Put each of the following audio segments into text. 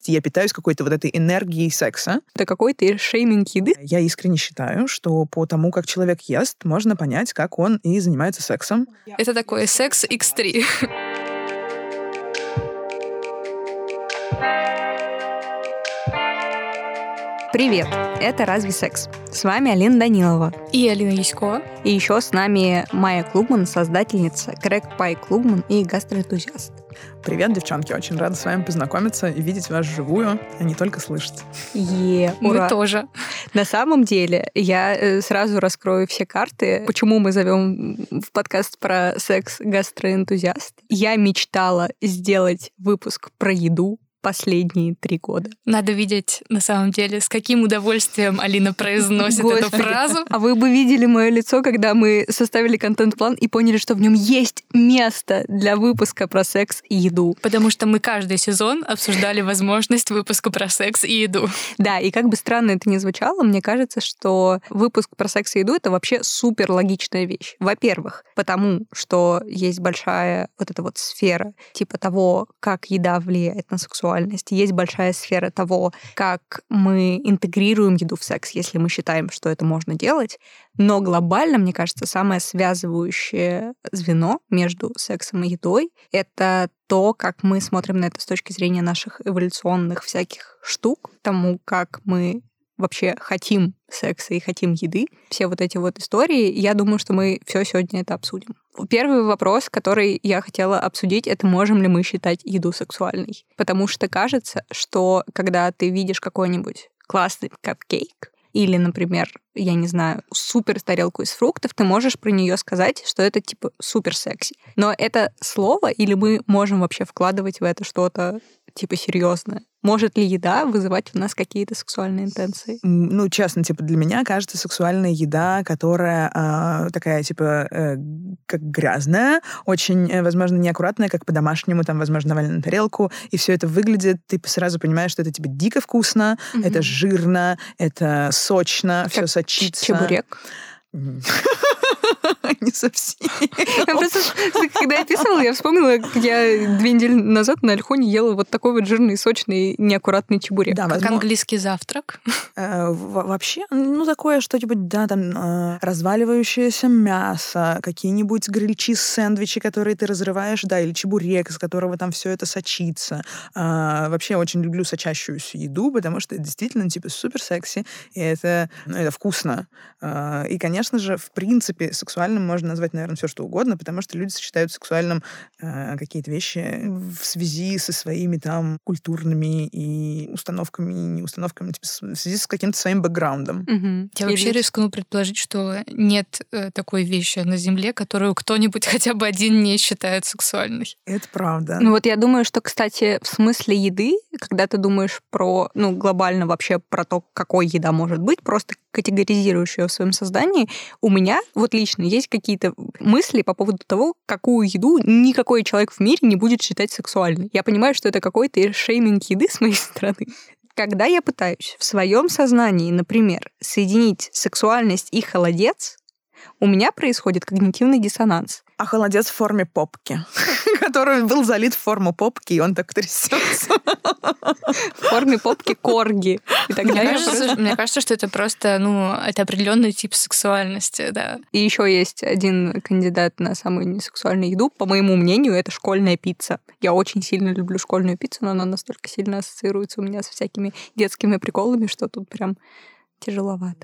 есть, и я питаюсь какой-то вот этой энергией секса. Это какой-то шейминг еды? Я искренне считаю, что по тому, как человек ест, можно понять, как он и занимается сексом. Это такой секс X3. Привет, это «Разве секс?». С вами Алина Данилова. И Алина Яськова. И еще с нами Майя Клубман, создательница Crack Pie Клубман и гастроэнтузиаст. Привет, девчонки, очень рада с вами познакомиться и видеть вас вживую, а не только слышать. Ура! Мы тоже. На самом деле, я сразу раскрою все карты, почему мы зовем в подкаст про секс гастроэнтузиаст. Я мечтала сделать выпуск про еду последние 3 года. Надо видеть, на самом деле, с каким удовольствием Алина произносит эту фразу. А вы бы видели мое лицо, когда мы составили контент-план и поняли, что в нем есть место для выпуска про секс и еду. Потому что мы каждый сезон обсуждали возможность выпуска про секс и еду. Да, и как бы странно это ни звучало, мне кажется, что выпуск про секс и еду — это вообще супер логичная вещь. Во-первых, потому что есть большая вот эта вот сфера типа того, как еда влияет на сексуальность. Есть большая сфера того, как мы интегрируем еду в секс, если мы считаем, что это можно делать. Но глобально, мне кажется, самое связывающее звено между сексом и едой — это то, как мы смотрим на это с точки зрения наших эволюционных всяких штук, тому, как мы вообще хотим секса и хотим еды, все вот эти вот истории, я думаю, что мы все сегодня это обсудим. Первый вопрос, который я хотела обсудить, это можем ли мы считать еду сексуальной? Потому что кажется, что когда ты видишь какой-нибудь классный капкейк, или, например, я не знаю, супер тарелку из фруктов, ты можешь про нее сказать, что это типа супер секси. Но это слово, или мы можем вообще вкладывать в это что-то типа серьезное? Может ли еда вызывать у нас какие-то сексуальные интенции? Ну, честно, типа для меня кажется сексуальная еда, которая такая типа как грязная, очень, возможно, неаккуратная, как по-домашнему, там, возможно, навалена на тарелку, и все это выглядит, ты сразу понимаешь, что это типа дико вкусно, это жирно, это сочно, все сочится. Чебурек. Не совсем. Я просто, когда я писала, я вспомнила, как я 2 недели назад на Альхоне ела вот такой вот жирный, сочный, неаккуратный чебурек. Да, как английский завтрак. Вообще, ну, такое что-нибудь, да, там, разваливающееся мясо, какие-нибудь гриль-чиз сэндвичи, которые ты разрываешь, да, или чебурек, из которого там все это сочится. Вообще, я очень люблю сочащуюся еду, потому что это действительно, типа, супер секси, и это вкусно. И, конечно же, в принципе, сексуальным можно назвать, наверное, все что угодно, потому что люди сочетают сексуальным какие-то вещи в связи со своими там культурными и установками, и неустановками, типа, в связи с каким-то своим бэкграундом. Я вообще рискну предположить, что нет такой вещи на Земле, которую кто-нибудь хотя бы один не считает сексуальной. Это правда. Ну вот я думаю, что, кстати, в смысле еды, когда ты думаешь про, ну, глобально вообще про то, какой еда может быть, просто категоризируешь ее в своем создании, у меня вот лично есть какие-то мысли по поводу того, какую еду никакой человек в мире не будет считать сексуальной. Я понимаю, что это какой-то шейминг еды с моей стороны. Когда я пытаюсь в своем сознании, например, соединить сексуальность и холодец, у меня происходит когнитивный диссонанс. А холодец в форме попки, который был залит в форму попки, и он так трясется. В форме попки корги. И тогда мне кажется, что это просто, это определенный тип сексуальности, да. И еще есть один кандидат на самую несексуальную еду. По моему мнению, это школьная пицца. Я очень сильно люблю школьную пиццу, но она настолько сильно ассоциируется у меня со всякими детскими приколами, что тут прям тяжеловато.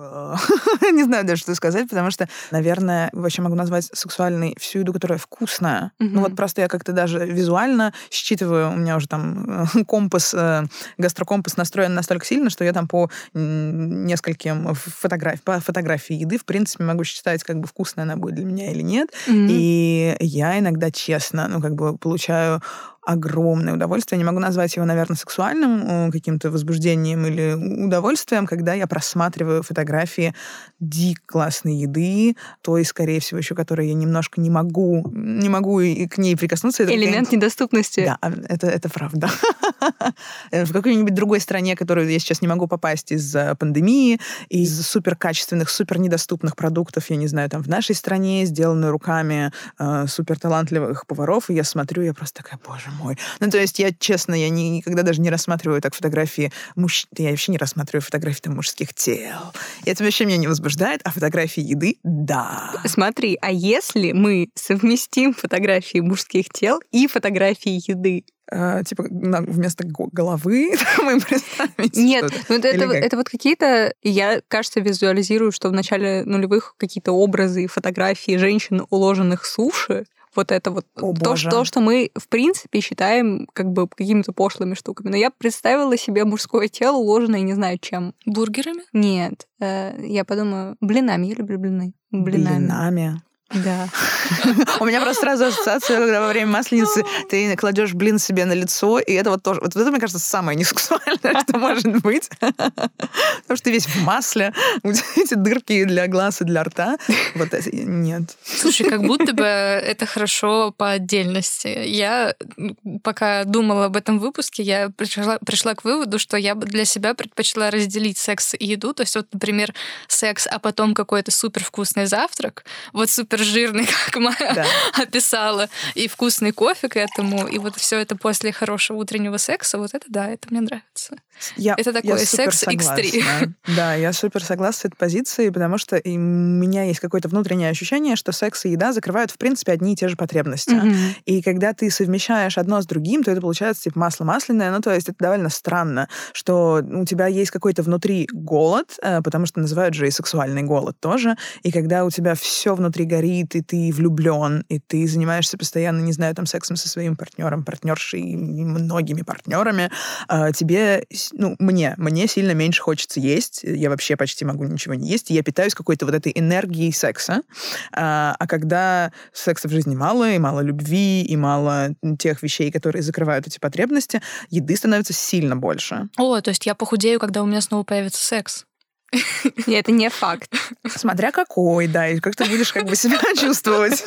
Не знаю даже, что сказать, потому что, наверное, вообще могу назвать сексуальной всю еду, которая вкусная. Ну вот просто я как-то даже визуально считываю, у меня уже там гастрокомпас настроен настолько сильно, что я там по нескольким фотографии еды, в принципе, могу считать, как бы вкусная она будет для меня или нет. И я иногда, честно, получаю огромное удовольствие. Не могу назвать его, наверное, сексуальным каким-то возбуждением или удовольствием, когда я просматриваю фотографии дико классной еды, той, скорее всего, еще которой я немножко не могу и к ней прикоснуться. Это элемент недоступности. Да, это правда. В какой-нибудь другой стране, в которую я сейчас не могу попасть из-за пандемии, из суперкачественных, супернедоступных продуктов, я не знаю, там в нашей стране, сделанные руками суперталантливых поваров, и я смотрю, я просто такая, боже мой. Ну, то есть я, честно, я никогда даже не рассматриваю так фотографии мужчин. Я вообще не рассматриваю фотографии там мужских тел. И это вообще меня не возбуждает, а фотографии еды — да. Смотри, а если мы совместим фотографии мужских тел и фотографии еды? Типа вместо головы мы представим. Нет, ну это вот какие-то... Я, кажется, визуализирую, что в начале нулевых какие-то образы, фотографии женщин, уложенных в суши. Вот это вот то, что мы, в принципе, считаем как бы какими-то пошлыми штуками. Но я представила себе мужское тело, уложенное, не знаю чем. Бургерами? Нет. Я подумаю, блинами. Я люблю блины. Блинами? Да. У меня просто сразу ассоциация, когда во время Масленицы ты кладешь блин себе на лицо, и это вот тоже... Вот это, мне кажется, самое несексуальное, что может быть. Потому что ты весь в масле, эти дырки для глаз и для рта. Вот это нет. Слушай, как будто бы это хорошо по отдельности. Я, пока думала об этом выпуске, я пришла к выводу, что я бы для себя предпочла разделить секс и еду. То есть вот, например, секс, а потом какой-то супервкусный завтрак. Вот супер жирный, как Майя описала, и вкусный кофе к этому, и вот все это после хорошего утреннего секса, вот это да, это мне нравится. Это такой секс X3. Да, я супер согласна с этой позицией, потому что у меня есть какое-то внутреннее ощущение, что секс и еда закрывают, в принципе, одни и те же потребности. Mm-hmm. И когда ты совмещаешь одно с другим, то это получается типа масло масляное. Ну, то есть это довольно странно, что у тебя есть какой-то внутри голод, потому что называют же и сексуальный голод тоже. И когда у тебя все внутри горит, и ты влюблен, и ты занимаешься постоянно, не знаю, там, сексом со своим партнером, партнершей и многими партнерами, тебе... Ну, мне сильно меньше хочется есть. Я вообще почти могу ничего не есть. И я питаюсь какой-то вот этой энергией секса. А когда секса в жизни мало, и мало любви, и мало тех вещей, которые закрывают эти потребности, еды становится сильно больше. О, то есть я похудею, когда у меня снова появится секс. Нет, это не факт. Смотря какой, да, и как ты будешь как бы себя чувствовать.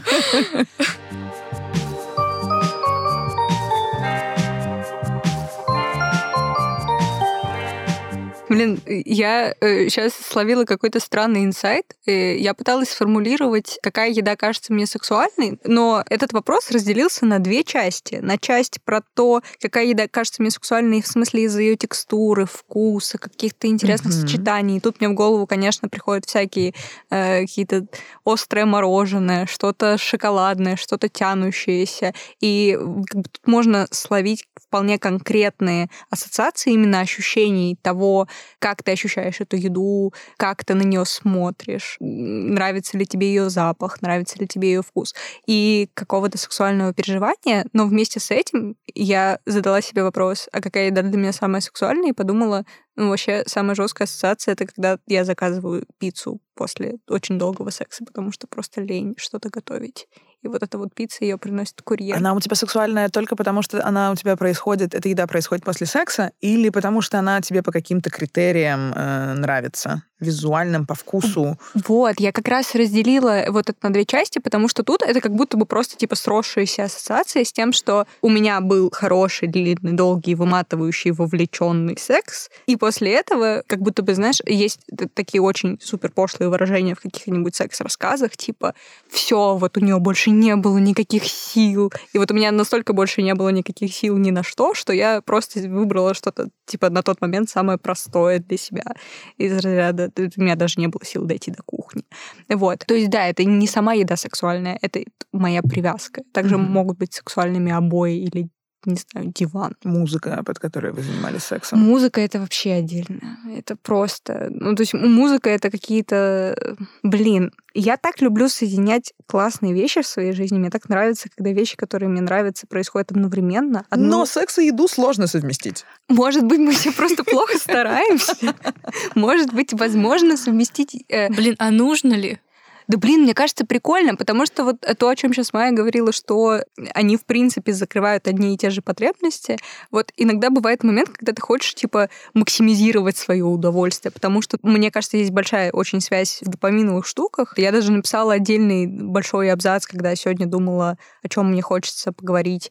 Блин, я сейчас словила какой-то странный инсайт. Я пыталась сформулировать, какая еда кажется мне сексуальной, но этот вопрос разделился на две части. На часть про то, какая еда кажется мне сексуальной в смысле из-за ее текстуры, вкуса, каких-то интересных сочетаний. И тут мне в голову, конечно, приходят всякие какие-то острое мороженое, что-то шоколадное, что-то тянущееся. И как бы, тут можно словить вполне конкретные ассоциации, именно ощущений того, как ты ощущаешь эту еду, как ты на нее смотришь, нравится ли тебе ее запах, нравится ли тебе ее вкус, и какого-то сексуального переживания. Но вместе с этим я задала себе вопрос, а какая еда для меня самая сексуальная, и подумала, ну, вообще, самая жесткая ассоциация — это когда я заказываю пиццу после очень долгого секса, потому что просто лень что-то готовить. И вот эта вот пицца, ее приносит курьер. Она у тебя сексуальная только потому, что она у тебя происходит, эта еда происходит после секса, или потому что она тебе по каким-то критериям нравится? Визуальным, по вкусу? Вот, я как раз разделила вот это на две части, потому что тут это как будто бы просто типа сросшаяся ассоциация с тем, что у меня был хороший, длинный, долгий, выматывающий, вовлеченный секс, и после этого как будто бы, знаешь, есть такие очень супер пошлые выражения в каких-нибудь секс-рассказах, типа «все, вот у нее больше не было никаких сил». И вот у меня настолько больше не было никаких сил ни на что я просто выбрала что-то типа на тот момент самое простое для себя. Из разряда у меня даже не было сил дойти до кухни. Вот. То есть, да, это не сама еда сексуальная, это моя привязка. Также могут быть сексуальными обои или, не знаю, диван. Музыка, под которой вы занимались сексом. Музыка — это вообще отдельно. Это просто... Ну, то есть музыка — это какие-то... Блин, я так люблю соединять классные вещи в своей жизни. Мне так нравится, когда вещи, которые мне нравятся, происходят одновременно. Но секс и еду сложно совместить. Может быть, мы все просто плохо стараемся. Может быть, возможно совместить... Блин, а нужно ли? Да, блин, мне кажется, прикольно, потому что вот то, о чем сейчас Майя говорила, что они, в принципе, закрывают одни и те же потребности, вот иногда бывает момент, когда ты хочешь, типа, максимизировать свое удовольствие, потому что, мне кажется, есть большая очень связь в допаминовых штуках. Я даже написала отдельный большой абзац, когда сегодня думала, о чем мне хочется поговорить,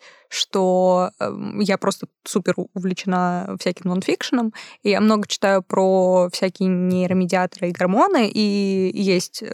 что я просто супер увлечена всяким нонфикшеном, и я много читаю про всякие нейромедиаторы и гормоны, и есть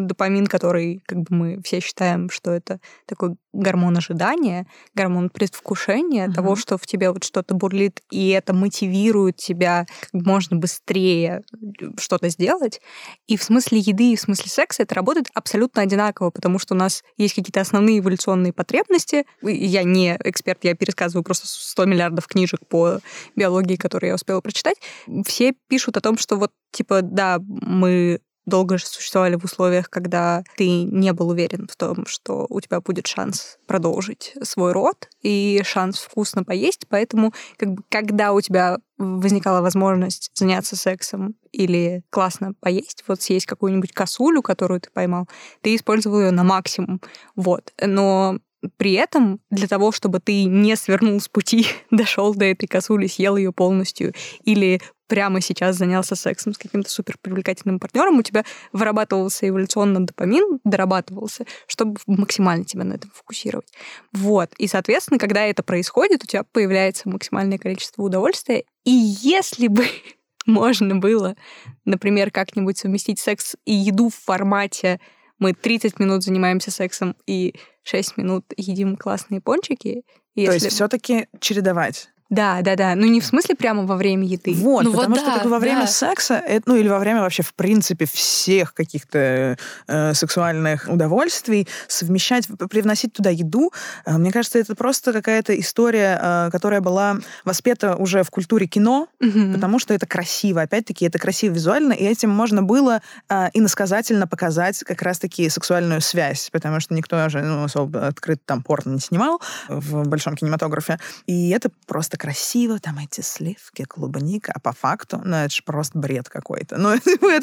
допамин, который, как бы мы все считаем, что это такой гормон ожидания, гормон предвкушения того, что в тебе вот что-то бурлит, и это мотивирует тебя как можно быстрее что-то сделать. И в смысле еды, и в смысле секса это работает абсолютно одинаково, потому что у нас есть какие-то основные эволюционные потребности. Я не эксперт, я пересказываю просто 100 миллиардов книжек по биологии, которые я успела прочитать. Все пишут о том, что вот, типа, да, мы долго же существовали в условиях, когда ты не был уверен в том, что у тебя будет шанс продолжить свой род и шанс вкусно поесть, поэтому как бы, когда у тебя возникала возможность заняться сексом или классно поесть, вот съесть какую-нибудь косулю, которую ты поймал, ты использовал ее на максимум. Вот. Но при этом для того, чтобы ты не свернул с пути, дошел до этой косули, съел ее полностью, или прямо сейчас занялся сексом с каким-то суперпривлекательным партнером, у тебя вырабатывался эволюционно допамин, дорабатывался, чтобы максимально тебя на этом фокусировать. Вот. И, соответственно, когда это происходит, у тебя появляется максимальное количество удовольствия. И если бы можно было, например, как-нибудь совместить секс и еду в формате мы 30 минут занимаемся сексом и 6 минут едим классные пончики. То есть все-таки чередовать. Да. Ну, не в смысле прямо во время еды. Вот, потому что во время секса, ну, или во время вообще, в принципе, всех каких-то сексуальных удовольствий совмещать, привносить туда еду, мне кажется, это просто какая-то история, которая была воспета уже в культуре кино, потому что это красиво. Опять-таки, это красиво визуально, и этим можно было иносказательно показать как раз-таки сексуальную связь, потому что никто уже особо открыто там порно не снимал в большом кинематографе. И это просто красиво, там эти сливки, клубника, а по факту, это же просто бред какой-то. Но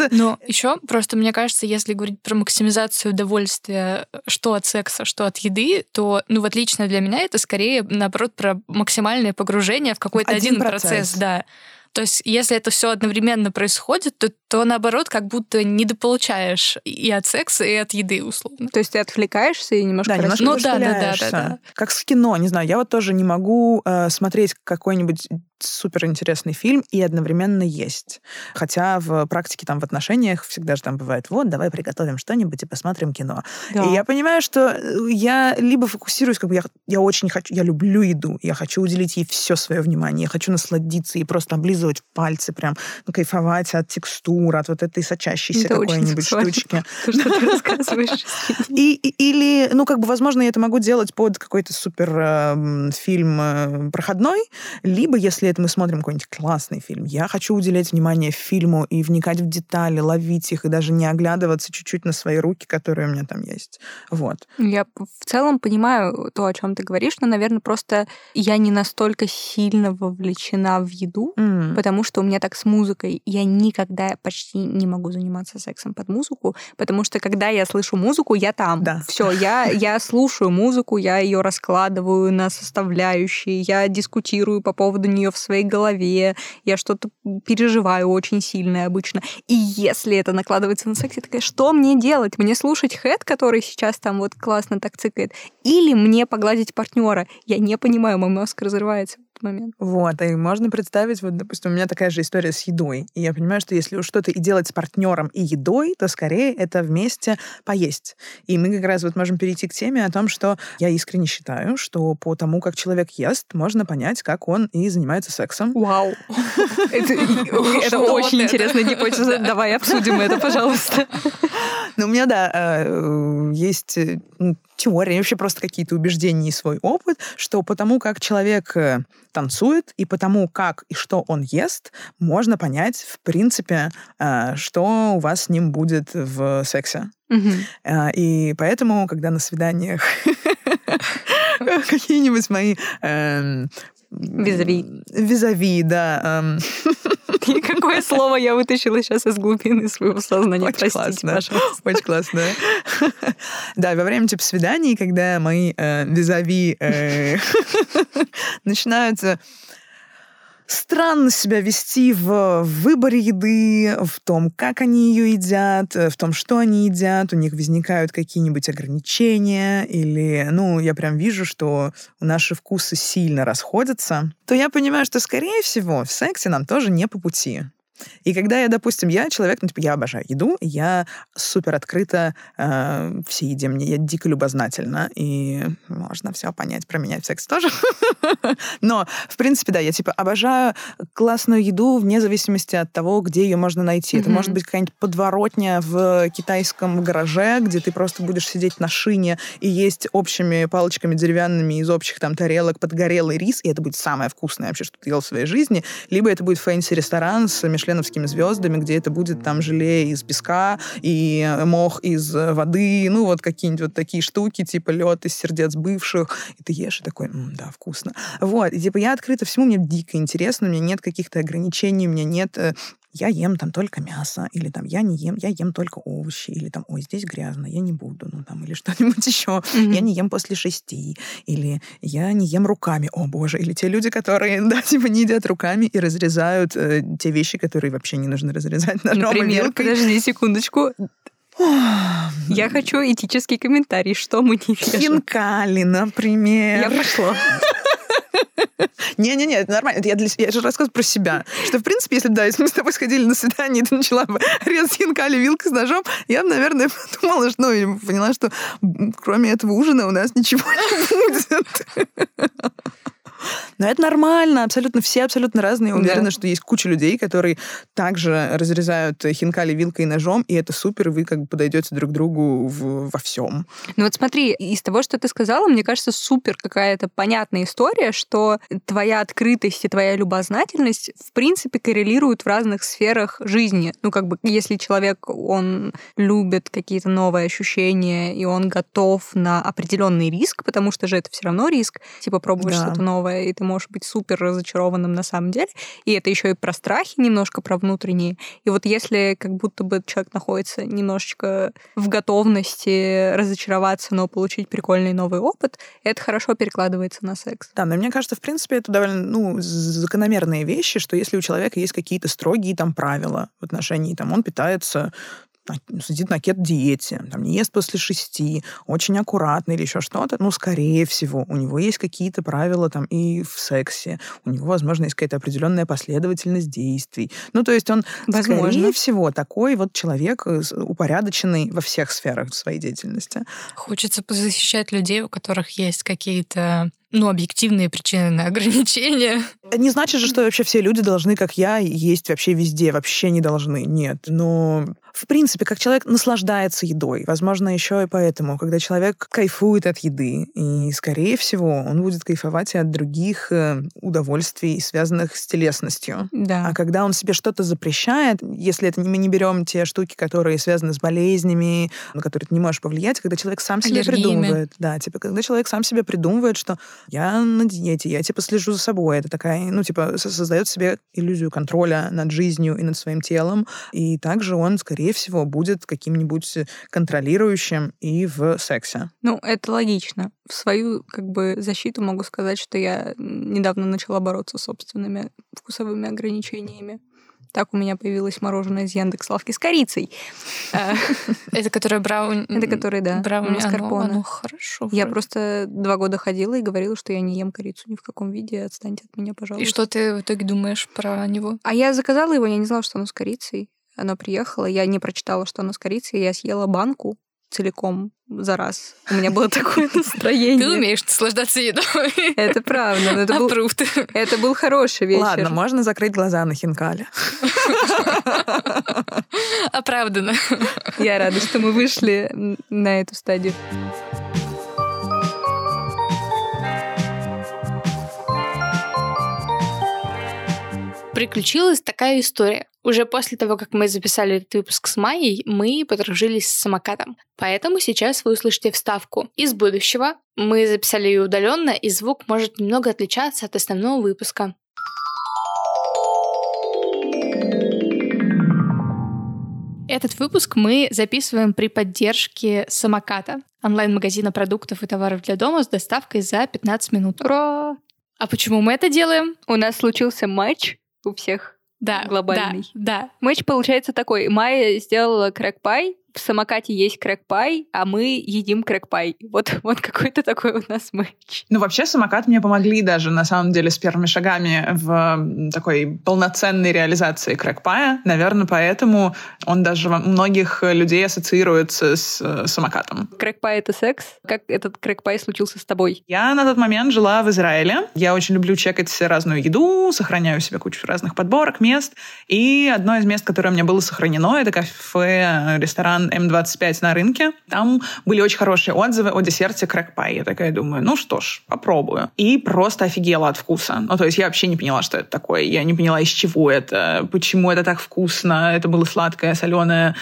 еще просто, мне кажется, если говорить про максимизацию удовольствия что от секса, что от еды, то, вот лично для меня это скорее, наоборот, про максимальное погружение в какой-то один процесс, да. То есть, если это все одновременно происходит, то наоборот, как будто недополучаешь и от секса, и от еды, условно. То есть ты отвлекаешься и немножко да. Как с кино, не знаю, я вот тоже не могу смотреть какой-нибудь суперинтересный фильм и одновременно есть. Хотя в практике, там, в отношениях всегда же там бывает, вот, давай приготовим что-нибудь и посмотрим кино. Да. И я понимаю, что я либо фокусируюсь, как бы я очень хочу, я люблю еду, я хочу уделить ей все свое внимание, я хочу насладиться и просто облизывать пальцы, прям кайфовать от текстур, от вот этой сочащейся какой-нибудь штучки. То, что ты рассказываешь. Или, возможно, я это могу делать под какой-то супер фильм проходной, либо, если это мы смотрим какой-нибудь классный фильм, я хочу уделять внимание фильму и вникать в детали, ловить их, и даже не оглядываться чуть-чуть на свои руки, которые у меня там есть. Вот. Я в целом понимаю то, о чем ты говоришь, но, наверное, просто я не настолько сильно вовлечена в еду, потому что у меня так с музыкой. Я никогда почти не могу заниматься сексом под музыку, потому что, когда я слышу музыку, я там. Да. Все, я слушаю музыку, я ее раскладываю на составляющие, я дискутирую по поводу нее в своей голове, я что-то переживаю очень сильное обычно. И если это накладывается на секс, я такая, что мне делать? Мне слушать хэт, который сейчас там вот классно так цикает, или мне погладить партнера? Я не понимаю, мой мозг разрывается в этот момент. Вот, и можно представить, вот, допустим, у меня такая же история с едой. И я понимаю, что если уж что-то и делать с партнером и едой, то скорее это вместе поесть. И мы как раз вот можем перейти к теме о том, что я искренне считаю, что по тому, как человек ест, можно понять, как он и занимается сексом. Вау! Это очень интересная гипотеза. Давай обсудим это, пожалуйста. Ну, у меня, да, есть теория, вообще просто какие-то убеждения и свой опыт, что потому, как человек танцует, и потому, как и что он ест, можно понять, в принципе, что у вас с ним будет в сексе. И поэтому, когда на свиданиях какие-нибудь мои визави, да. И какое слово я вытащила сейчас из глубины своего сознания. Очень простите, классно. Пожалуйста. Очень классно. Да, во время свиданий, когда мои визави начинают странно себя вести в выборе еды, в том, как они ее едят, в том, что они едят, у них возникают какие-нибудь ограничения, или, я прям вижу, что наши вкусы сильно расходятся, то я понимаю, что, скорее всего, в сексе нам тоже не по пути. И когда я, допустим, я человек, я обожаю еду, я супер открыта всей еде, я дико любознательна, и можно все понять про меня в сексе тоже. Но, в принципе, да, я обожаю классную еду вне зависимости от того, где ее можно найти. Это может быть какая-нибудь подворотня в китайском гараже, где ты просто будешь сидеть на шине и есть общими палочками деревянными из общих там тарелок подгорелый рис, и это будет самое вкусное вообще, что ты ел в своей жизни. Либо это будет фэнси-ресторан с мишленовскими звездами, где это будет там желе из песка и мох из воды, какие-нибудь вот такие штуки, типа лед из сердец бывших, и ты ешь и такой, да, вкусно. Вот, и я открыта всему, мне дико интересно, у меня нет каких-то ограничений, у меня нет... Я ем там только мясо, или там я не ем, я ем только овощи, или там, ой, здесь грязно, я не буду, или что-нибудь еще. Я не ем после 6, или я не ем руками, о боже, или те люди, которые, не едят руками и разрезают те вещи, которые вообще не нужно разрезать ножом и вилкой. Например, подожди секундочку. Я хочу этический комментарий, что мы не режем. Хинкали, например. Я пошла. Не-не-не, это нормально. Я же рассказываю про себя. Что, в принципе, если мы с тобой сходили на свидание, и ты начала бы резать хинкали вилкой с ножом, я бы, наверное, подумала, что поняла, что кроме этого ужина у нас ничего не будет. Но это нормально, абсолютно разные. Уверена, что есть куча людей, которые также разрезают хинкали вилкой и ножом, и это супер, и вы подойдете друг к другу во всем. Ну вот смотри, из того, что ты сказала, мне кажется, супер какая-то понятная история, что твоя открытость и твоя любознательность в принципе коррелируют в разных сферах жизни. Если человек, он любит какие-то новые ощущения, и он готов на определенный риск, потому что же это все равно риск, пробовать что-то новое, и ты можешь быть супер разочарованным на самом деле. И это еще и про страхи немножко, про внутренние. И вот если как будто бы человек находится немножечко в готовности разочароваться, но получить прикольный новый опыт, это хорошо перекладывается на секс. Да, но мне кажется, в принципе, это довольно закономерные вещи, что если у человека есть какие-то строгие правила в отношении, он питается... сидит на кето-диете, не ест после 6, очень аккуратно или еще что-то, скорее всего, у него есть какие-то правила и в сексе, у него, возможно, есть какая-то определенная последовательность действий. То есть он, скорее всего, такой человек упорядоченный во всех сферах своей деятельности. Хочется защищать людей, у которых есть какие-то объективные причины на ограничения. Не значит же, что вообще все люди должны, как я, есть вообще везде. Вообще не должны. Нет. Но, в принципе, как человек наслаждается едой. Возможно, еще и поэтому, когда человек кайфует от еды, и, скорее всего, он будет кайфовать и от других удовольствий, связанных с телесностью. Да. А когда он себе что-то запрещает, если это мы не берем те штуки, которые связаны с болезнями, на которые ты не можешь повлиять, когда человек сам себе придумывает. Да, когда человек сам себе придумывает, что я на диете, я слежу за собой. Это такая, создает себе иллюзию контроля над жизнью и над своим телом. И также он, скорее всего, будет каким-нибудь контролирующим и в сексе. Это логично. В свою, защиту могу сказать, что я недавно начала бороться с собственными вкусовыми ограничениями. Так у меня появилось мороженое из Яндекс.Лавки с корицей. Это которое брауни? Это которое, да. Брауни, маскарпоне. Оно хорошо. Я просто 2 года ходила и говорила, что я не ем корицу ни в каком виде, отстаньте от меня, пожалуйста. И что ты в итоге думаешь про него? А я заказала его, я не знала, что оно с корицей. Оно приехало, я не прочитала, что оно с корицей, я съела банку целиком за раз. У меня было такое настроение. Ты умеешь наслаждаться едой. Это правда. Это был хороший вечер. Ладно, можно закрыть глаза на хинкали. Оправданно. Я рада, что мы вышли на эту стадию. Приключилась такая история. Уже после того, как мы записали этот выпуск с Майей, мы подружились с самокатом. Поэтому сейчас вы услышите вставку из будущего. Мы записали ее удаленно, и звук может немного отличаться от основного выпуска. Этот выпуск мы записываем при поддержке самоката, онлайн-магазина продуктов и товаров для дома с доставкой за 15 минут. Ура! А почему мы это делаем? У нас случился матч у всех. Да, глобальный. Да. Матч получается такой. Майя сделала крэк-пай, в самокате есть крэк-пай, а мы едим крэк-пай. Вот какой-то такой у нас матч. Ну, вообще, самокат мне помогли даже, на самом деле, с первыми шагами в такой полноценной реализации крэк-пая. Наверное, поэтому он даже у многих людей ассоциируется с самокатом. Крэк-пай — это секс? Как этот крэк-пай случился с тобой? Я на тот момент жила в Израиле. Я очень люблю чекать разную еду, сохраняю себе кучу разных подборок, мест. И одно из мест, которое у меня было сохранено, это кафе, ресторан М25 на рынке. Там были очень хорошие отзывы о десерте крэк-пай. Я такая думаю, ну что ж, попробую. И просто офигела от вкуса. Ну, то есть я вообще не поняла, что это такое. Я не поняла, из чего это, почему это так вкусно. Это было сладкое, соленое,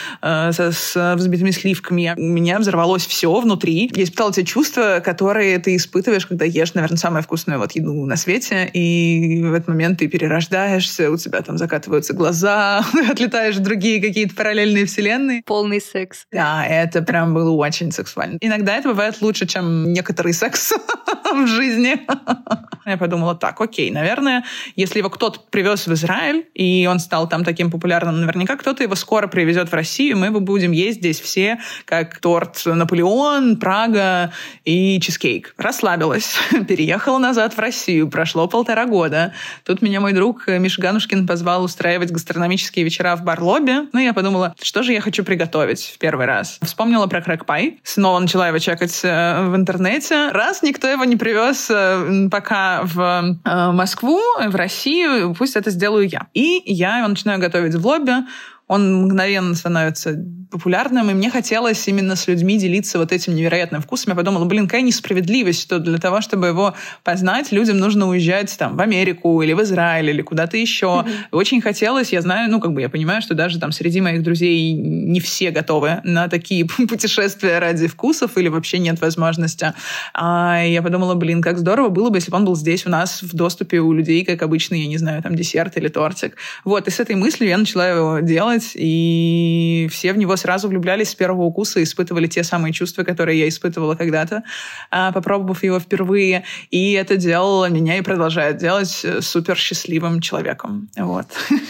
с взбитыми сливками. У меня взорвалось все внутри. Я испытала те чувства, которые ты испытываешь, когда ешь, наверное, самую вкусную вот еду на свете. И в этот момент ты перерождаешься, у тебя там закатываются глаза, отлетаешь в другие какие-то параллельные вселенные. Полный секс. Да, это прям было очень сексуально. Иногда это бывает лучше, чем некоторый секс в жизни. Я подумала, так, окей, наверное, если его кто-то привез в Израиль, и он стал там таким популярным, наверняка кто-то его скоро привезет в Россию, и мы будем есть здесь все, как торт Наполеон, Прага и чизкейк. Расслабилась, переехала назад в Россию, прошло 1,5 года. Тут меня мой друг Миша Ганушкин позвал устраивать гастрономические вечера в бар-лобби. Ну, я подумала, что же я хочу приготовить в первый раз. Вспомнила про крэк-пай. Снова начала его чекать в интернете. Раз никто его не привез пока в Москву, в Россию, пусть это сделаю я. И я его начинаю готовить в лобби. Он мгновенно становится популярным, и мне хотелось именно с людьми делиться вот этим невероятным вкусом. Я подумала, какая несправедливость, что для того, чтобы его познать, людям нужно уезжать там в Америку или в Израиль или куда-то еще. Mm-hmm. И очень хотелось, я знаю, я понимаю, что даже там среди моих друзей не все готовы на такие путешествия ради вкусов или вообще нет возможности. А я подумала, как здорово было бы, если бы он был здесь у нас в доступе у людей, как обычный, я не знаю, там десерт или тортик. Вот, и с этой мыслью я начала его делать, и все в него сразу влюблялись с первого укуса и испытывали те самые чувства, которые я испытывала когда-то, попробовав его впервые. И это делало меня и продолжает делать супер счастливым человеком. Вот.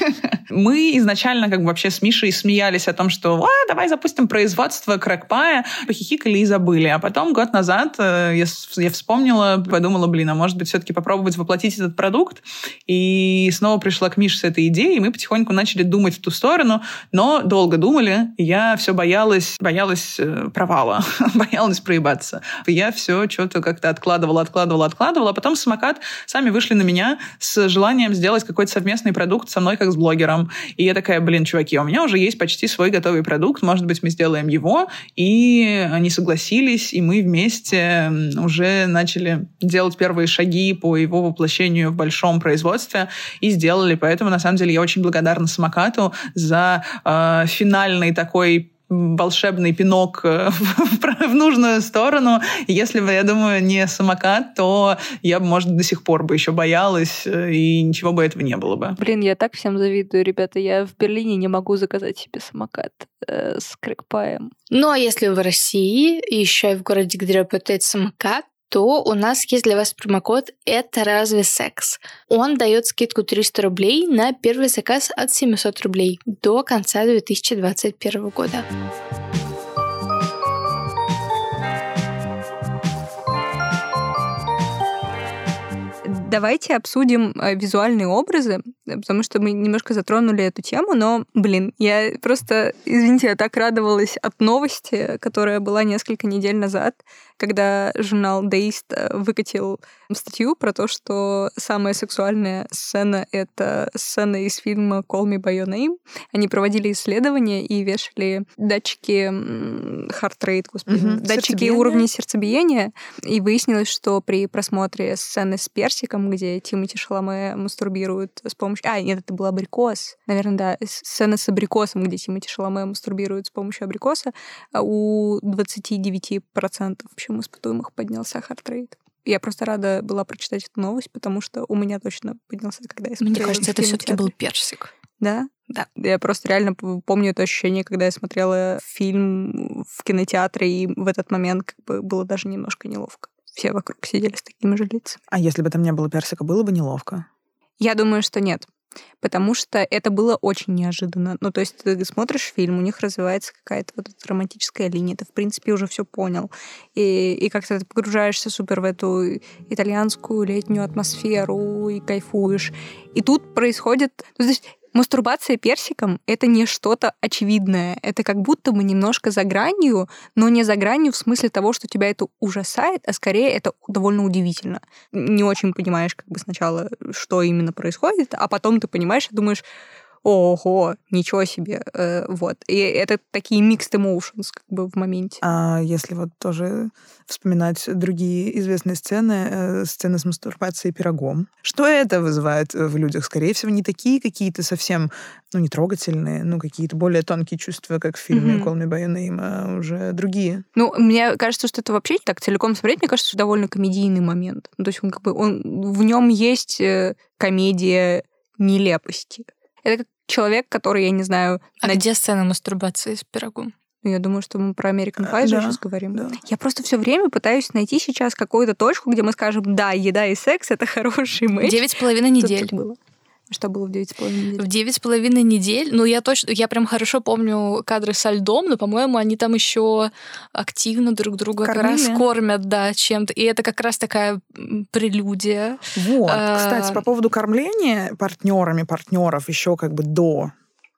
Мы изначально вообще с Мишей смеялись о том, что давай запустим производство крэк-пая, похихикали и забыли. А потом год назад я вспомнила, подумала, а может быть, все-таки попробовать воплотить этот продукт. И снова пришла к Мише с этой идеей, и мы потихоньку начали думать в ту сторону, но долго думали, и я все боялась провала, боялась проебаться. Я все что-то как-то откладывала, а потом самокат сами вышли на меня с желанием сделать какой-то совместный продукт со мной, как с блогером. И я такая, чуваки, у меня уже есть почти свой готовый продукт, может быть, мы сделаем его. И они согласились, и мы вместе уже начали делать первые шаги по его воплощению в большом производстве и сделали. Поэтому, на самом деле, я очень благодарна самокату за финальный такой волшебный пинок в нужную сторону. Если бы, я думаю, не самокат, то я бы, может, до сих пор бы еще боялась, и ничего бы этого не было бы. Я так всем завидую, ребята. Я в Берлине не могу заказать себе самокат с крэк-паем. Ну, а если вы в России, и еще и в городе, где работает самокат, то у нас есть для вас промокод «Это разве секс?». Он дает скидку 300 рублей на первый заказ от 700 рублей до конца 2021 года. Давайте обсудим визуальные образы, потому что мы немножко затронули эту тему, но, я просто, извините, я так радовалась от новости, которая была несколько недель назад, когда журнал Dazed выкатил статью про то, что самая сексуальная сцена — это сцена из фильма Call Me By Your Name. Они проводили исследования и вешали датчики heart rate, датчики уровня сердцебиения, и выяснилось, что при просмотре сцены с персиком, где Тимоти Шаломе мастурбирует с помощью... Нет, это был абрикос. Наверное, да. Сцена с абрикосом, где Тимоти Шаломе мастурбирует с помощью абрикоса, у 29% в испытуемых поднялся хард-рейт. Я просто рада была прочитать эту новость, потому что у меня точно поднялся, когда я смотрела. Мне кажется, это все-таки был персик. Да? Да. Я просто реально помню это ощущение, когда я смотрела фильм в кинотеатре, и в этот момент было даже немножко неловко. Все вокруг сидели с такими же лицами. А если бы там не было персика, было бы неловко? Я думаю, что нет. потому что это было очень неожиданно. Ну, то есть ты смотришь фильм, у них развивается какая-то вот эта романтическая линия, ты, в принципе, уже все понял. И как-то ты погружаешься супер в эту итальянскую летнюю атмосферу и кайфуешь. И тут происходит... Ну, то есть мастурбация персиком — это не что-то очевидное. Это как будто бы немножко за гранью, но не за гранью в смысле того, что тебя это ужасает, а скорее это довольно удивительно. Не очень понимаешь как бы сначала, что именно происходит, а потом ты понимаешь и думаешь: ого, ничего себе. Вот. И это такие mixed emotions как бы в моменте. А если вот тоже вспоминать другие известные сцены, сцены с мастурбацией пирогом, что это вызывает в людях? Скорее всего, не такие какие-то совсем, не трогательные, какие-то более тонкие чувства, как в фильме «Call me by your name», а уже другие. Мне кажется, что это вообще не так целиком смотреть. Мне кажется, что довольно комедийный момент. То есть в нем есть комедия нелепости. Это как человек, который, я не знаю... Где сцена мастурбации с пирогом? Я думаю, что мы про American Pie же сейчас говорим. Да. Я просто все время пытаюсь найти сейчас какую-то точку, где мы скажем: да, еда и секс — это хороший матч. 9,5 недель. Что было в 9,5 недель? В 9,5 недель. Я прям хорошо помню кадры со льдом, но, по-моему, они там еще активно друг друга как раз кормят, чем-то. И это как раз такая прелюдия. Вот. Кстати, по поводу кормления партнеров еще как бы до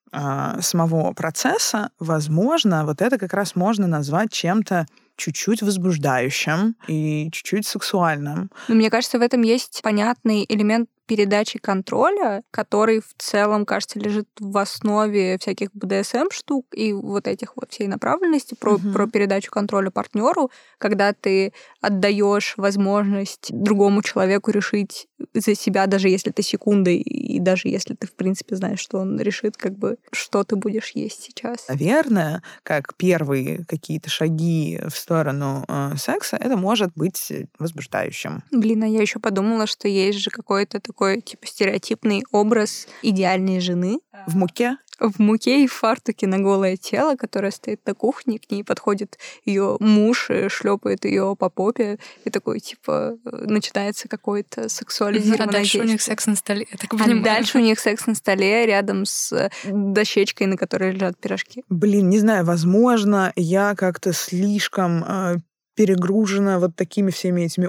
самого процесса, возможно, вот это как раз можно назвать чем-то чуть-чуть возбуждающим и чуть-чуть сексуальным. Но мне кажется, в этом есть понятный элемент передачи контроля, который в целом, кажется, лежит в основе всяких БДСМ-штук и вот этих вот всей направленности про передачу контроля партнеру, когда ты отдаешь возможность другому человеку решить за себя, даже если ты секундой, и даже если ты, в принципе, знаешь, что он решит, как бы, что ты будешь есть сейчас. Наверное, как первые какие-то шаги в сторону секса, это может быть возбуждающим. Блин, а я еще подумала, что есть же какой-то такой типа стереотипный образ идеальной жены. В муке? В муке и в фартуке на голое тело, которое стоит на кухне, к ней подходит ее муж, шлепает ее по попе, и такой, типа, начинается какой-то сексуализированный. А дальше у них секс на столе, я так понимаю. А дальше у них секс на столе рядом с дощечкой, на которой лежат пирожки. Блин, не знаю, возможно, я как-то слишком перегружена вот такими всеми этими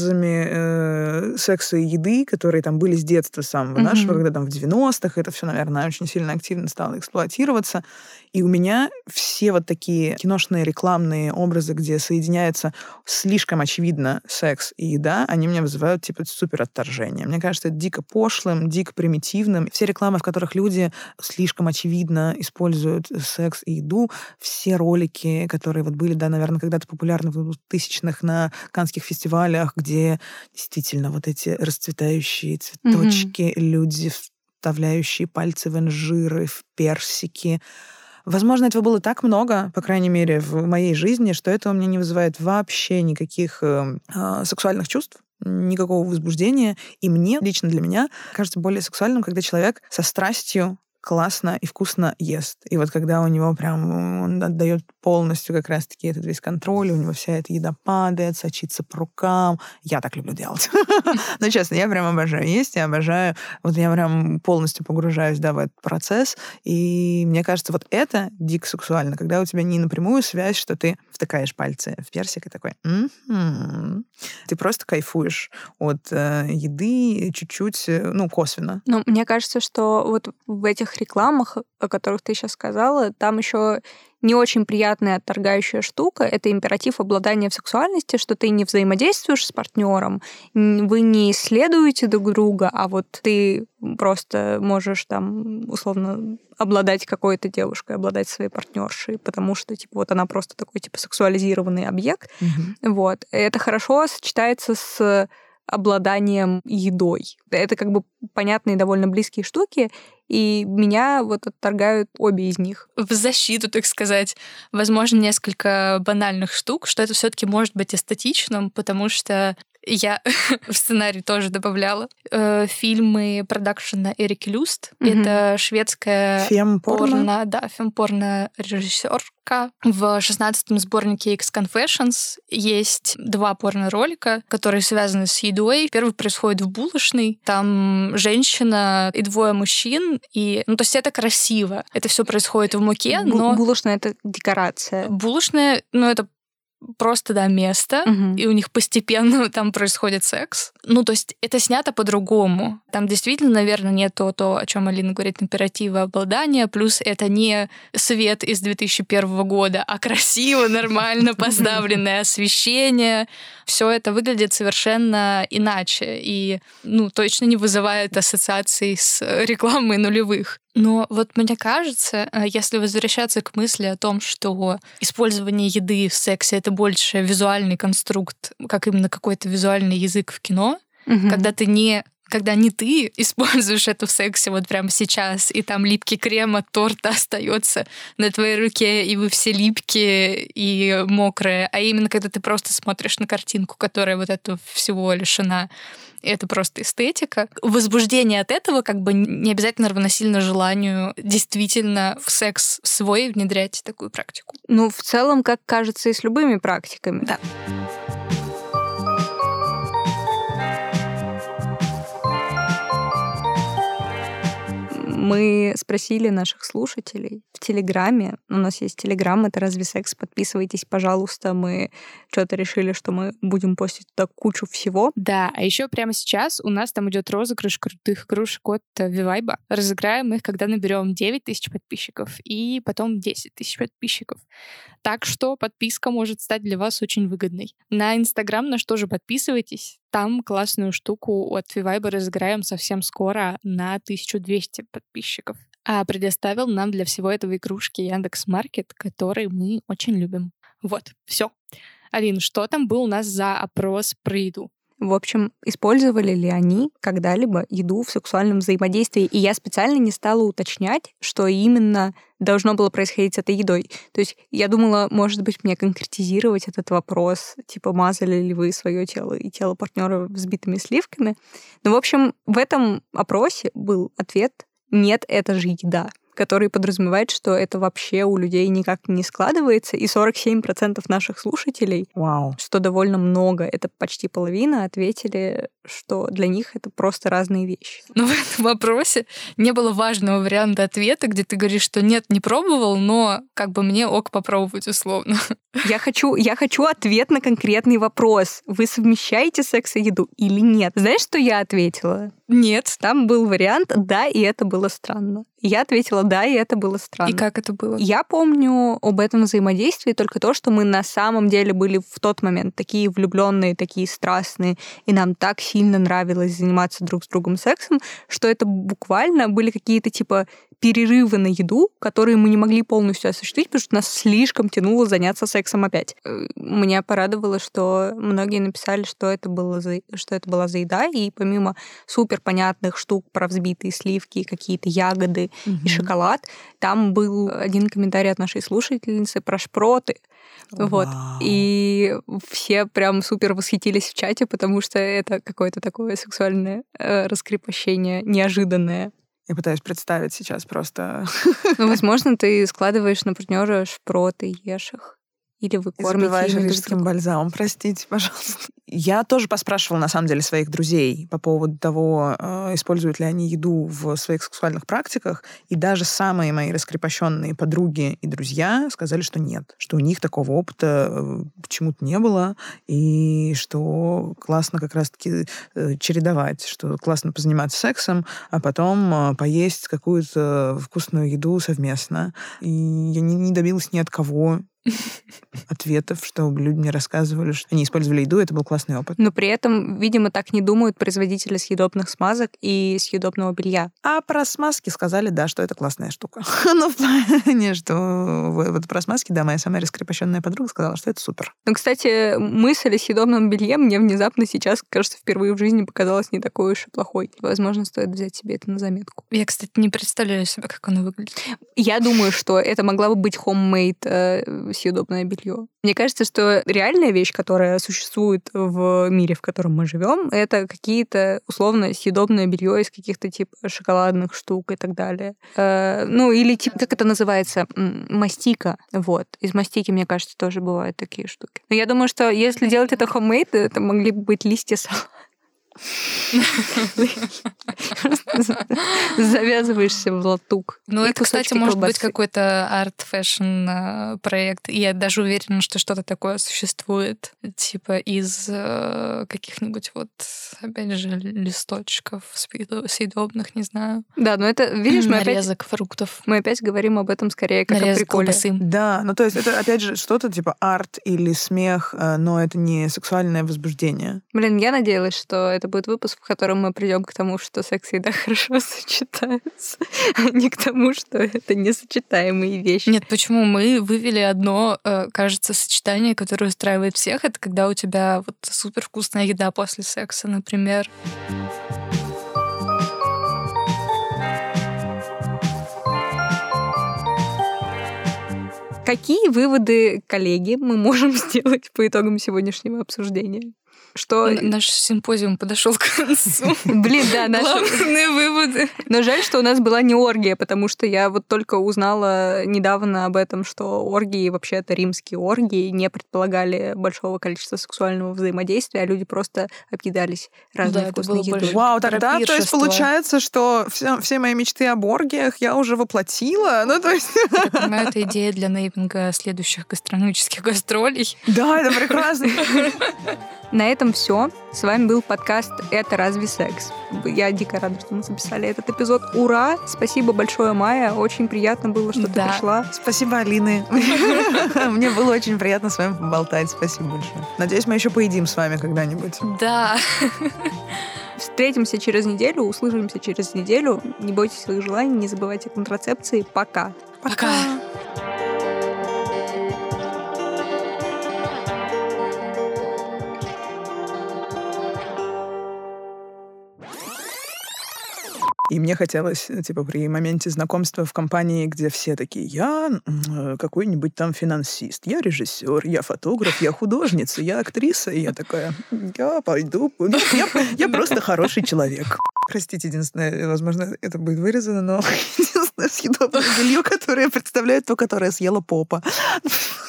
образами секса и еды, которые там были с детства самого нашего, когда там в 90-х это все, наверное, очень сильно активно стало эксплуатироваться. И у меня все вот такие киношные рекламные образы, где соединяется слишком очевидно секс и еда, они меня вызывают типа супер отторжение. Мне кажется, это дико пошлым, дико примитивным. Все рекламы, в которых люди слишком очевидно используют секс и еду, все ролики, которые вот были, да, наверное, когда-то популярны в 2000-х на каннских фестивалях, где действительно вот эти расцветающие цветочки, люди, вставляющие пальцы в инжиры, в персики. Возможно, этого было так много, по крайней мере, в моей жизни, что это у меня не вызывает вообще никаких сексуальных чувств, никакого возбуждения. И мне, лично для меня, кажется более сексуальным, когда человек со страстью классно и вкусно ест. И вот когда у него прям он отдает полностью как раз-таки этот весь контроль, у него вся эта еда падает, сочится по рукам. Я так люблю делать. Ну, честно, я прям обожаю есть, я обожаю. Вот я прям полностью погружаюсь, да, в этот процесс. И мне кажется, вот это дико сексуально, когда у тебя не напрямую связь, что ты втыкаешь пальцы в персик и такой... Ты просто кайфуешь от еды чуть-чуть, косвенно. Ну, мне кажется, что вот в этих рекламах, о которых ты сейчас сказала, там еще не очень приятная отторгающая штука — это императив обладания в сексуальности, что ты не взаимодействуешь с партнером, вы не исследуете друг друга, а вот ты просто можешь там условно обладать какой-то девушкой, обладать своей партнершей, потому что типа вот она просто такой типа сексуализированный объект. Вот. Это хорошо сочетается с обладанием едой. Это как бы понятные довольно близкие штуки, и меня вот отторгают обе из них. В защиту, так сказать, возможно, несколько банальных штук, что это все-таки может быть эстетичным, потому что Я в сценарий тоже добавляла фильмы продакшена Эрики Люст. Это шведская фем-порно. Да, фем-порно-режиссерка. В 16-м сборнике X-Confessions есть 2 порно-ролика, которые связаны с едой. Первый происходит в булочной. Там женщина и 2 мужчин. И, то есть это красиво. Это все происходит в муке, но... Булочная — это декорация. Булочная, это просто, да, место, и у них постепенно там происходит секс. То есть это снято по-другому. Там действительно, наверное, нет то, о чем Алина говорит, императива обладания, плюс это не свет из 2001 года, а красиво, нормально поставленное освещение. Все это выглядит совершенно иначе и, точно не вызывает ассоциаций с рекламой нулевых. Но вот мне кажется, если возвращаться к мысли о том, что использование еды в сексе — это больше визуальный конструкт, как именно какой-то визуальный язык в кино, когда не ты используешь это в сексе вот прямо сейчас, и там липкий крем от торта остается на твоей руке, и вы все липкие и мокрые, а именно когда ты просто смотришь на картинку, которая вот этого всего лишена. Это просто эстетика. Возбуждение от этого как бы не обязательно равносильно желанию действительно в секс свой внедрять такую практику. В целом, как кажется, и с любыми практиками. Да. Мы спросили наших слушателей в Телеграме. У нас есть Телеграм, это «Разве секс?». Подписывайтесь, пожалуйста. Мы что-то решили, что мы будем постить туда кучу всего. Да, а еще прямо сейчас у нас там идет розыгрыш крутых кружек от Вивайба. Разыграем их, когда наберем 9 тысяч подписчиков и потом 10 тысяч подписчиков. Так что подписка может стать для вас очень выгодной. На Инстаграм наш тоже подписывайтесь. Там классную штуку от Вивайба разыграем совсем скоро на 1200 подписчиков. А предоставил нам для всего этого игрушки Яндекс.Маркет, который мы очень любим. Вот, все. Алин, что там был у нас за опрос про еду? В общем, использовали ли они когда-либо еду в сексуальном взаимодействии? И я специально не стала уточнять, что именно должно было происходить с этой едой. То есть я думала, может быть, мне конкретизировать этот вопрос, типа, мазали ли вы свое тело и тело партнера взбитыми сливками. В общем, в этом опросе был ответ «нет, это же еда», который подразумевает, что это вообще у людей никак не складывается, и 47% наших слушателей, что довольно много, это почти половина, ответили, что для них это просто разные вещи. Но в этом вопросе не было важного варианта ответа, где ты говоришь, что нет, не пробовал, но как бы мне ок попробовать условно. Я хочу ответ на конкретный вопрос. Вы совмещаете секс и еду или нет? Знаешь, что я ответила? Нет. Там был вариант «да», и это было странно. Я ответила «да», и это было странно. И как это было? Я помню об этом взаимодействии только то, что мы на самом деле были в тот момент такие влюбленные, такие страстные, и нам так сильно нравилось заниматься друг с другом сексом, что это буквально были какие-то типа перерывы на еду, которые мы не могли полностью осуществить, потому что нас слишком тянуло заняться сексом опять. Меня порадовало, что многие написали, что это была за еда, и помимо супер понятных штук про взбитые сливки, какие-то ягоды и шоколад, там был один комментарий от нашей слушательницы про шпроты. Вот. И все прям супер восхитились в чате, потому что это какое-то такое сексуальное раскрепощение неожиданное. Я пытаюсь представить сейчас просто... Возможно, ты складываешь на партнера шпроты, ешь их. Или вы кормите... Избиваешь рижским бальзамом, простите, пожалуйста. Я тоже поспрашивала, на самом деле, своих друзей по поводу того, используют ли они еду в своих сексуальных практиках, и даже самые мои раскрепощенные подруги и друзья сказали, что нет, что у них такого опыта почему-то не было, и что классно как раз-таки чередовать, что классно позаниматься сексом, а потом поесть какую-то вкусную еду совместно. И я не добилась ни от кого ответов, что люди мне рассказывали, что они использовали еду, это был классный опыт. Но при этом, видимо, так не думают производители съедобных смазок и съедобного белья. А про смазки сказали, да, что это классная штука. Ну, в плане, что вот про смазки, да, моя самая раскрепощенная подруга сказала, что это супер. Ну, кстати, мысль о съедобном белье мне внезапно сейчас, кажется, впервые в жизни показалась не такой уж и плохой. Возможно, стоит взять себе это на заметку. Я, кстати, не представляю себе, как оно выглядит. Я думаю, что это могла бы быть homemade съедобное белье. Мне кажется, что реальная вещь, которая существует в мире, в котором мы живем, это какие-то условно съедобное белье из каких-то типа шоколадных штук и так далее. Или типа, как это называется, мастика. Вот. Из мастики, мне кажется, тоже бывают такие штуки. Но я думаю, что если делать это homemade, это могли бы быть листья салата. Завязываешься в латук. Ну, это, кстати, может быть какой-то арт-фэшн проект. И я даже уверена, что что-то такое существует. Типа из каких-нибудь опять же, листочков съедобных, не знаю. Да, но это, видишь, нарезок фруктов. Мы опять говорим об этом скорее как о приколе. Да, то есть это, опять же, что-то типа арт или смех, но это не сексуальное возбуждение. Блин, я надеялась, что это будет выпуск, в котором мы придем к тому, что секс и еда хорошо сочетаются, а не к тому, что это несочетаемые вещи. Нет, почему? Мы вывели одно, кажется, сочетание, которое устраивает всех. Это когда у тебя супервкусная еда после секса, например. Какие выводы, коллеги, мы можем сделать по итогам сегодняшнего обсуждения? Что... Наш симпозиум подошел к концу. Блин, да, наши главные выводы. Но жаль, что у нас была не оргия, потому что я только узнала недавно об этом, что оргии, вообще-то римские оргии, не предполагали большого количества сексуального взаимодействия, а люди просто объедались разной вкусной едой. Вау, тогда, то есть, получается, что все мои мечты об оргиях я уже воплотила? Я понимаю, это идея для нейминга следующих гастрономических гастролей. Да, это прекрасно. На этом все. С вами был подкаст «Это разве секс?». Я дико рада, что мы записали этот эпизод. Ура! Спасибо большое, Майя. Очень приятно было, что ты пришла. Спасибо, Алины. Мне было очень приятно с вами поболтать. Спасибо большое. Надеюсь, мы еще поедим с вами когда-нибудь. Да. Встретимся через неделю, услышимся через неделю. Не бойтесь своих желаний, не забывайте о контрацепции. Пока. Пока. И мне хотелось, при моменте знакомства в компании, где все такие, я какой-нибудь там финансист, я режиссер, я фотограф, я художница, я актриса, и я такая, я пойду, я просто хороший человек. Простите, единственное, возможно, это будет вырезано, но единственное съедобное белье, которое представляет то, которое съела попа.